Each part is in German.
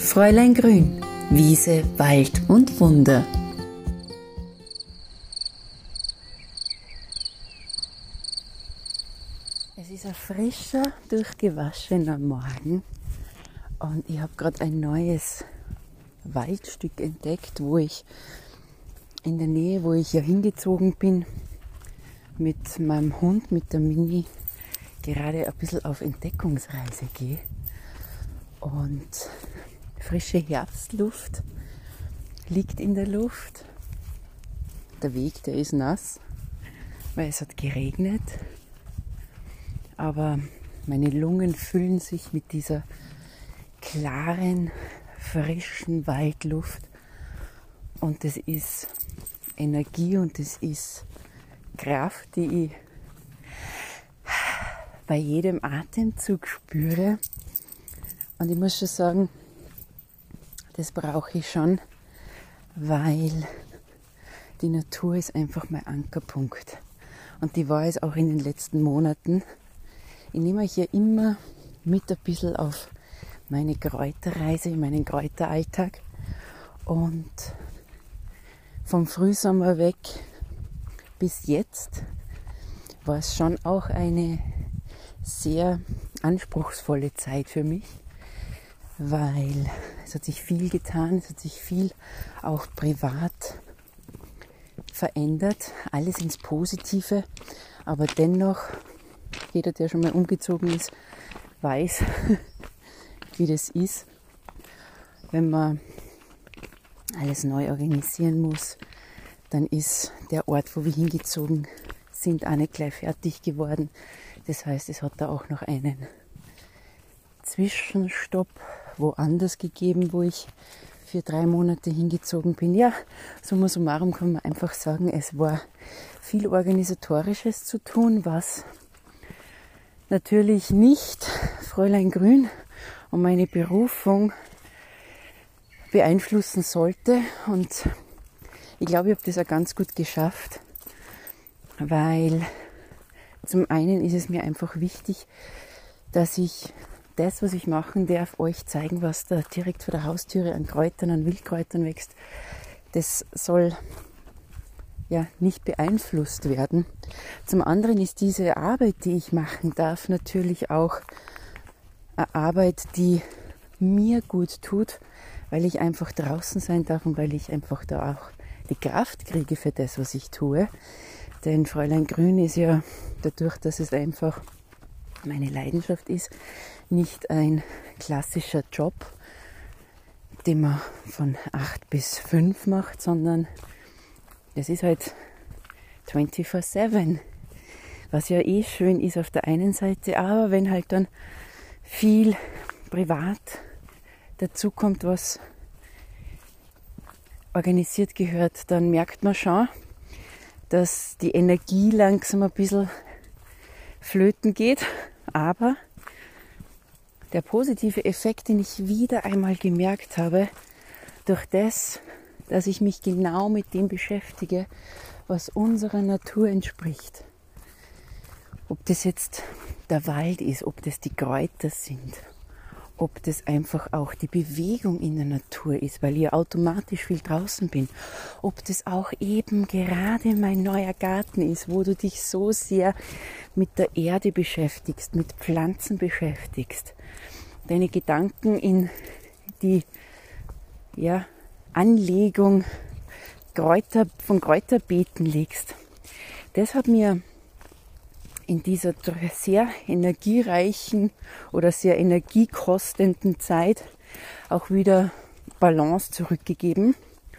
Fräulein Grün, Wiese, Wald und Wunder. Es ist ein frischer, durchgewaschener Morgen und ich habe gerade ein neues Waldstück entdeckt, wo ich in der Nähe, wo ich ja hingezogen bin, mit meinem Hund, mit der Mini, gerade ein bisschen auf Entdeckungsreise gehe. Und frische Herbstluft liegt in der Luft. Der Weg, der ist nass, weil es hat geregnet. Aber meine Lungen füllen sich mit dieser klaren, frischen Waldluft. Und das ist Energie und das ist Kraft, die ich bei jedem Atemzug spüre. Und ich muss schon sagen, das brauche ich schon, weil die Natur ist einfach mein Ankerpunkt. Und die war es auch in den letzten Monaten. Ich nehme euch ja immer mit ein bisschen auf meine Kräuterreise, meinen Kräuteralltag. Und vom Frühsommer weg bis jetzt war es schon auch eine sehr anspruchsvolle Zeit für mich, weil es hat sich viel getan, es hat sich viel auch privat verändert, alles ins Positive, aber dennoch, jeder, der schon mal umgezogen ist, weiß, wie das ist, wenn man alles neu organisieren muss. Dann ist der Ort, wo wir hingezogen sind, auch nicht gleich fertig geworden. Das heißt, es hat da auch noch einen Zwischenstopp woanders gegeben, wo ich für 3 Monate hingezogen bin. Ja, summa summarum kann man einfach sagen, es war viel Organisatorisches zu tun, was natürlich nicht Fräulein Grün und meine Berufung beeinflussen sollte. Und ich glaube, ich habe das auch ganz gut geschafft, weil zum einen ist es mir einfach wichtig, dass ich das, was ich machen darf, euch zeigen, was da direkt vor der Haustüre an Kräutern, an Wildkräutern wächst. Das soll ja nicht beeinflusst werden. Zum anderen ist diese Arbeit, die ich machen darf, natürlich auch eine Arbeit, die mir gut tut, weil ich einfach draußen sein darf und weil ich einfach da auch die Kraft kriege für das, was ich tue. Denn Fräulein Grün ist ja dadurch, dass es einfach meine Leidenschaft ist, nicht ein klassischer Job, den man von 8 bis 5 macht, sondern es ist halt 24/7, was ja eh schön ist auf der einen Seite, aber wenn halt dann viel privat dazu kommt, was organisiert gehört, dann merkt man schon, dass die Energie langsam ein bisschen flöten geht, aber der positive Effekt, den ich wieder einmal gemerkt habe, durch das, dass ich mich genau mit dem beschäftige, was unserer Natur entspricht. Ob das jetzt der Wald ist, ob das die Kräuter sind, ob das einfach auch die Bewegung in der Natur ist, weil ich ja automatisch viel draußen bin, ob das auch eben gerade mein neuer Garten ist, wo du dich so sehr mit der Erde beschäftigst, mit Pflanzen beschäftigst, deine Gedanken in die Anlegung von Kräuterbeeten legst. Das hat mir in dieser sehr energiereichen oder sehr energiekostenden Zeit auch wieder Balance zurückgegeben.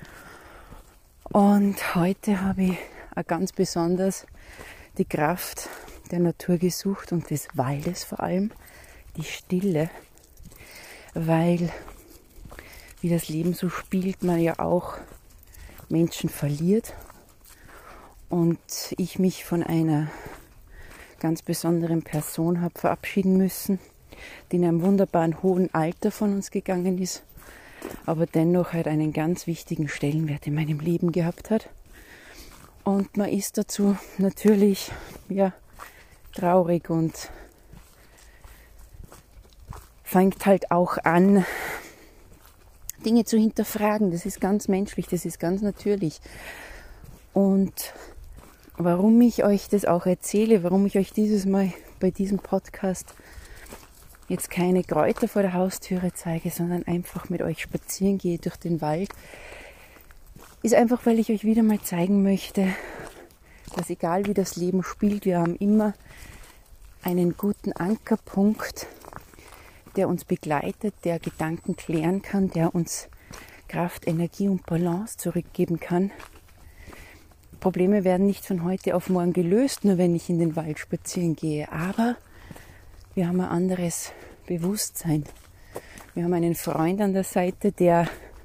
Und heute habe ich auch ganz besonders die Kraft der Natur gesucht und des Waldes vor allem, die Stille, weil wie das Leben so spielt, man ja auch Menschen verliert und ich mich von einer ganz besonderen Person habe verabschieden müssen, die in einem wunderbaren hohen Alter von uns gegangen ist, aber dennoch halt einen ganz wichtigen Stellenwert in meinem Leben gehabt hat. Und man ist dazu natürlich traurig und fängt halt auch an, Dinge zu hinterfragen. Das ist ganz menschlich, das ist ganz natürlich. Und warum ich euch das auch erzähle, warum ich euch dieses Mal bei diesem Podcast jetzt keine Kräuter vor der Haustüre zeige, sondern einfach mit euch spazieren gehe durch den Wald, ist einfach, weil ich euch wieder mal zeigen möchte, dass egal wie das Leben spielt, wir haben immer einen guten Ankerpunkt, der uns begleitet, der Gedanken klären kann, der uns Kraft, Energie und Balance zurückgeben kann. Probleme werden nicht von heute auf morgen gelöst, nur wenn ich in den Wald spazieren gehe. Aber wir haben ein anderes Bewusstsein. Wir haben einen Freund an der Seite, der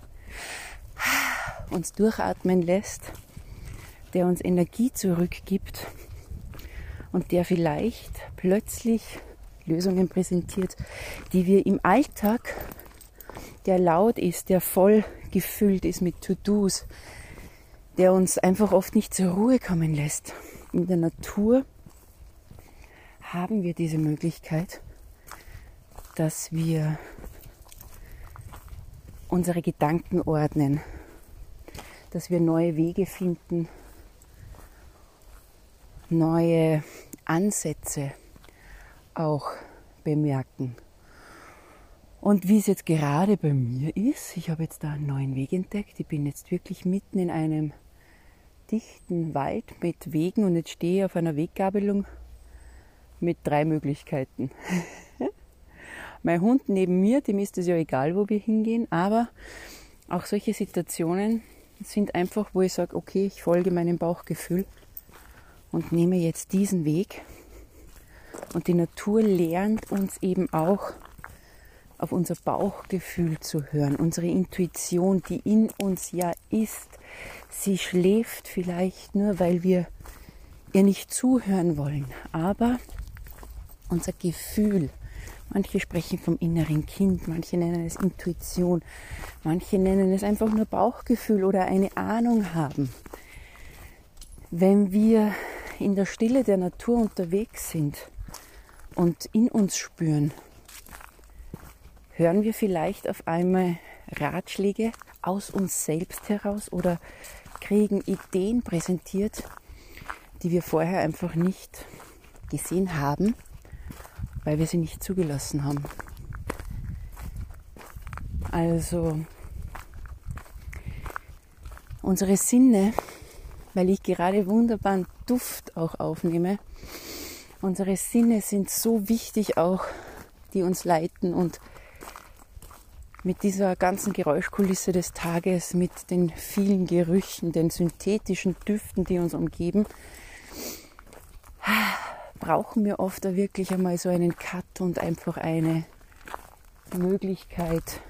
uns durchatmen lässt, der uns Energie zurückgibt und der vielleicht plötzlich Lösungen präsentiert, die wir im Alltag, der laut ist, der voll gefüllt ist mit To-Dos, der uns einfach oft nicht zur Ruhe kommen lässt. In der Natur haben wir diese Möglichkeit, dass wir unsere Gedanken ordnen, dass wir neue Wege finden, neue Ansätze auch bemerken. Und wie es jetzt gerade bei mir ist, ich habe jetzt da einen neuen Weg entdeckt, ich bin jetzt wirklich mitten in einem dichten Wald mit Wegen und jetzt stehe ich auf einer Weggabelung mit 3 Möglichkeiten. Mein Hund neben mir, dem ist es ja egal, wo wir hingehen, aber auch solche Situationen sind einfach, wo ich sage, okay, ich folge meinem Bauchgefühl und nehme jetzt diesen Weg. Und die Natur lernt uns eben auch auf unser Bauchgefühl zu hören, unsere Intuition, die in uns ja ist. Sie schläft vielleicht nur, weil wir ihr nicht zuhören wollen, aber unser Gefühl, manche sprechen vom inneren Kind, manche nennen es Intuition, manche nennen es einfach nur Bauchgefühl oder eine Ahnung haben. Wenn wir in der Stille der Natur unterwegs sind und in uns spüren, hören wir vielleicht auf einmal Ratschläge aus uns selbst heraus oder kriegen Ideen präsentiert, die wir vorher einfach nicht gesehen haben, weil wir sie nicht zugelassen haben. Also unsere Sinne, weil ich gerade wunderbaren Duft auch aufnehme, unsere Sinne sind so wichtig auch, die uns leiten und mit dieser ganzen Geräuschkulisse des Tages, mit den vielen Gerüchen, den synthetischen Düften, die uns umgeben, brauchen wir oft wirklich einmal so einen Cut und einfach eine Möglichkeit,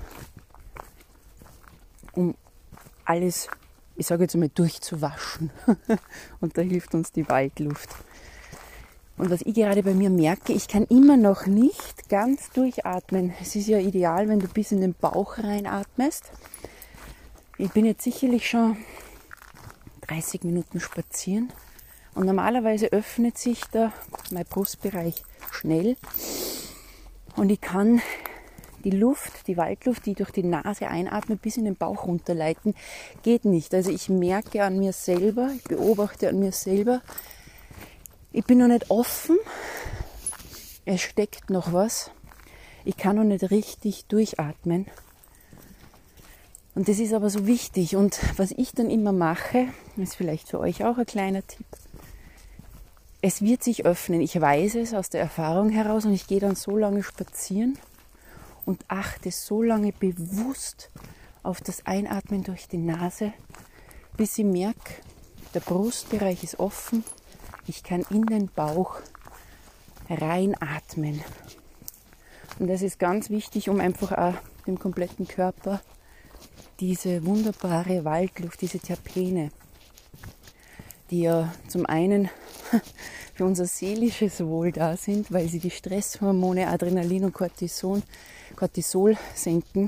um alles, ich sage jetzt einmal, durchzuwaschen. Und da hilft uns die Waldluft. Und was ich gerade bei mir merke, ich kann immer noch nicht ganz durchatmen. Es ist ja ideal, wenn du bis in den Bauch reinatmest. Ich bin jetzt sicherlich schon 30 Minuten spazieren. Und normalerweise öffnet sich da mein Brustbereich schnell. Und ich kann die Luft, die Waldluft, die durch die Nase einatmet, bis in den Bauch runterleiten. Geht nicht. Also ich merke an mir selber, ich beobachte an mir selber, ich bin noch nicht offen, es steckt noch was, ich kann noch nicht richtig durchatmen. Und das ist aber so wichtig. Und was ich dann immer mache, ist vielleicht für euch auch ein kleiner Tipp, es wird sich öffnen, ich weiß es aus der Erfahrung heraus und ich gehe dann so lange spazieren und achte so lange bewusst auf das Einatmen durch die Nase, bis ich merke, der Brustbereich ist offen. Ich kann in den Bauch reinatmen. Und das ist ganz wichtig, um einfach auch dem kompletten Körper diese wunderbare Waldluft, diese Terpene, die ja zum einen für unser seelisches Wohl da sind, weil sie die Stresshormone Adrenalin und Cortisol senken.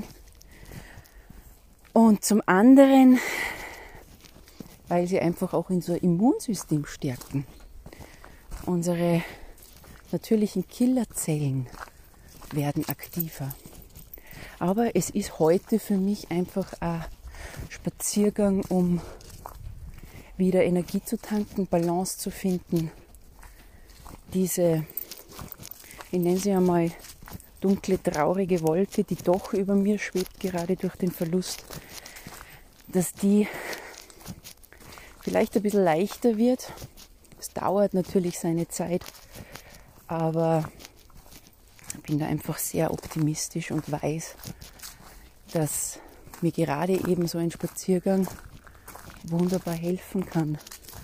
Und zum anderen, weil sie einfach auch unser Immunsystem stärken. Unsere natürlichen Killerzellen werden aktiver. Aber es ist heute für mich einfach ein Spaziergang, um wieder Energie zu tanken, Balance zu finden. Diese, ich nenne sie einmal dunkle, traurige Wolke, die doch über mir schwebt, gerade durch den Verlust, dass die vielleicht ein bisschen leichter wird. Es dauert natürlich seine Zeit, aber ich bin da einfach sehr optimistisch und weiß, dass mir gerade eben so ein Spaziergang wunderbar helfen kann.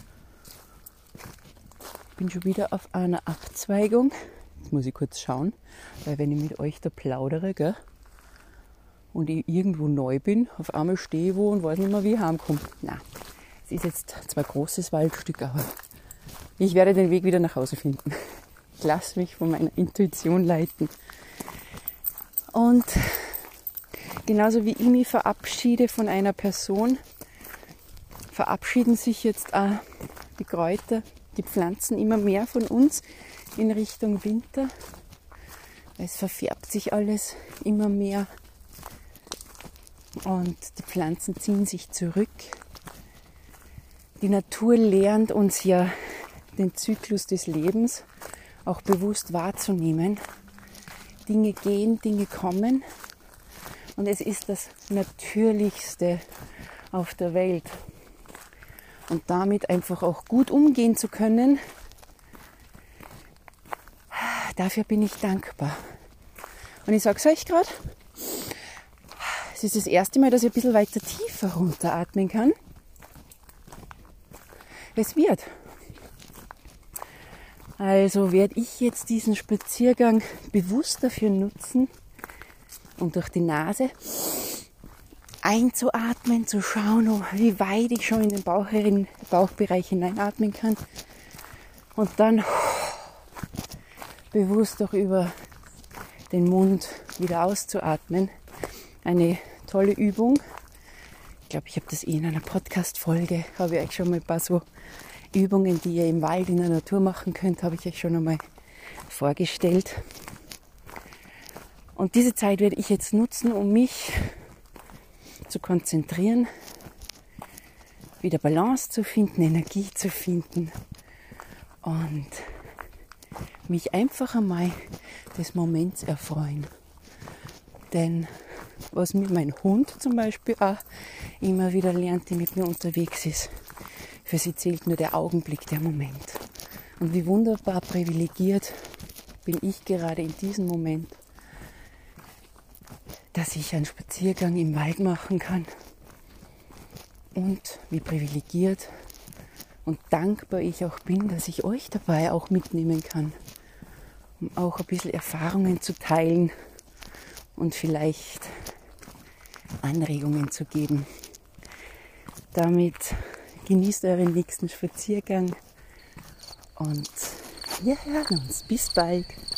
Ich bin schon wieder auf einer Abzweigung. Jetzt muss ich kurz schauen, weil wenn ich mit euch da plaudere, gell, und ich irgendwo neu bin, auf einmal stehe ich wo und weiß nicht mehr, wie ich heimkomme. Nein, es ist jetzt zwar ein großes Waldstück, aber ich werde den Weg wieder nach Hause finden. Ich lasse mich von meiner Intuition leiten. Und genauso wie ich mich verabschiede von einer Person, verabschieden sich jetzt auch die Kräuter, die Pflanzen immer mehr von uns in Richtung Winter. Es verfärbt sich alles immer mehr und die Pflanzen ziehen sich zurück. Die Natur lernt uns ja den Zyklus des Lebens auch bewusst wahrzunehmen. Dinge gehen, Dinge kommen und es ist das Natürlichste auf der Welt. Und damit einfach auch gut umgehen zu können, dafür bin ich dankbar. Und ich sage es euch gerade, es ist das erste Mal, dass ich ein bisschen weiter tiefer runteratmen kann. Es wird. Also werde ich jetzt diesen Spaziergang bewusst dafür nutzen, um durch die Nase einzuatmen, zu schauen, wie weit ich schon in den Bauchbereich hineinatmen kann und dann bewusst auch über den Mund wieder auszuatmen. Eine tolle Übung. Ich glaube, ich habe das in einer Podcast-Folge, habe ich euch schon mal ein paar so Übungen, die ihr im Wald, in der Natur machen könnt, habe ich euch schon einmal vorgestellt. Und diese Zeit werde ich jetzt nutzen, um mich zu konzentrieren, wieder Balance zu finden, Energie zu finden und mich einfach einmal des Moments erfreuen. Denn was mir mein Hund zum Beispiel auch immer wieder lernt, die mit mir unterwegs ist, für sie zählt nur der Augenblick, der Moment. Und wie wunderbar privilegiert bin ich gerade in diesem Moment, dass ich einen Spaziergang im Wald machen kann und wie privilegiert und dankbar ich auch bin, dass ich euch dabei auch mitnehmen kann, um auch ein bisschen Erfahrungen zu teilen und vielleicht Anregungen zu geben. Damit genießt euren nächsten Spaziergang und wir hören uns. Bis bald.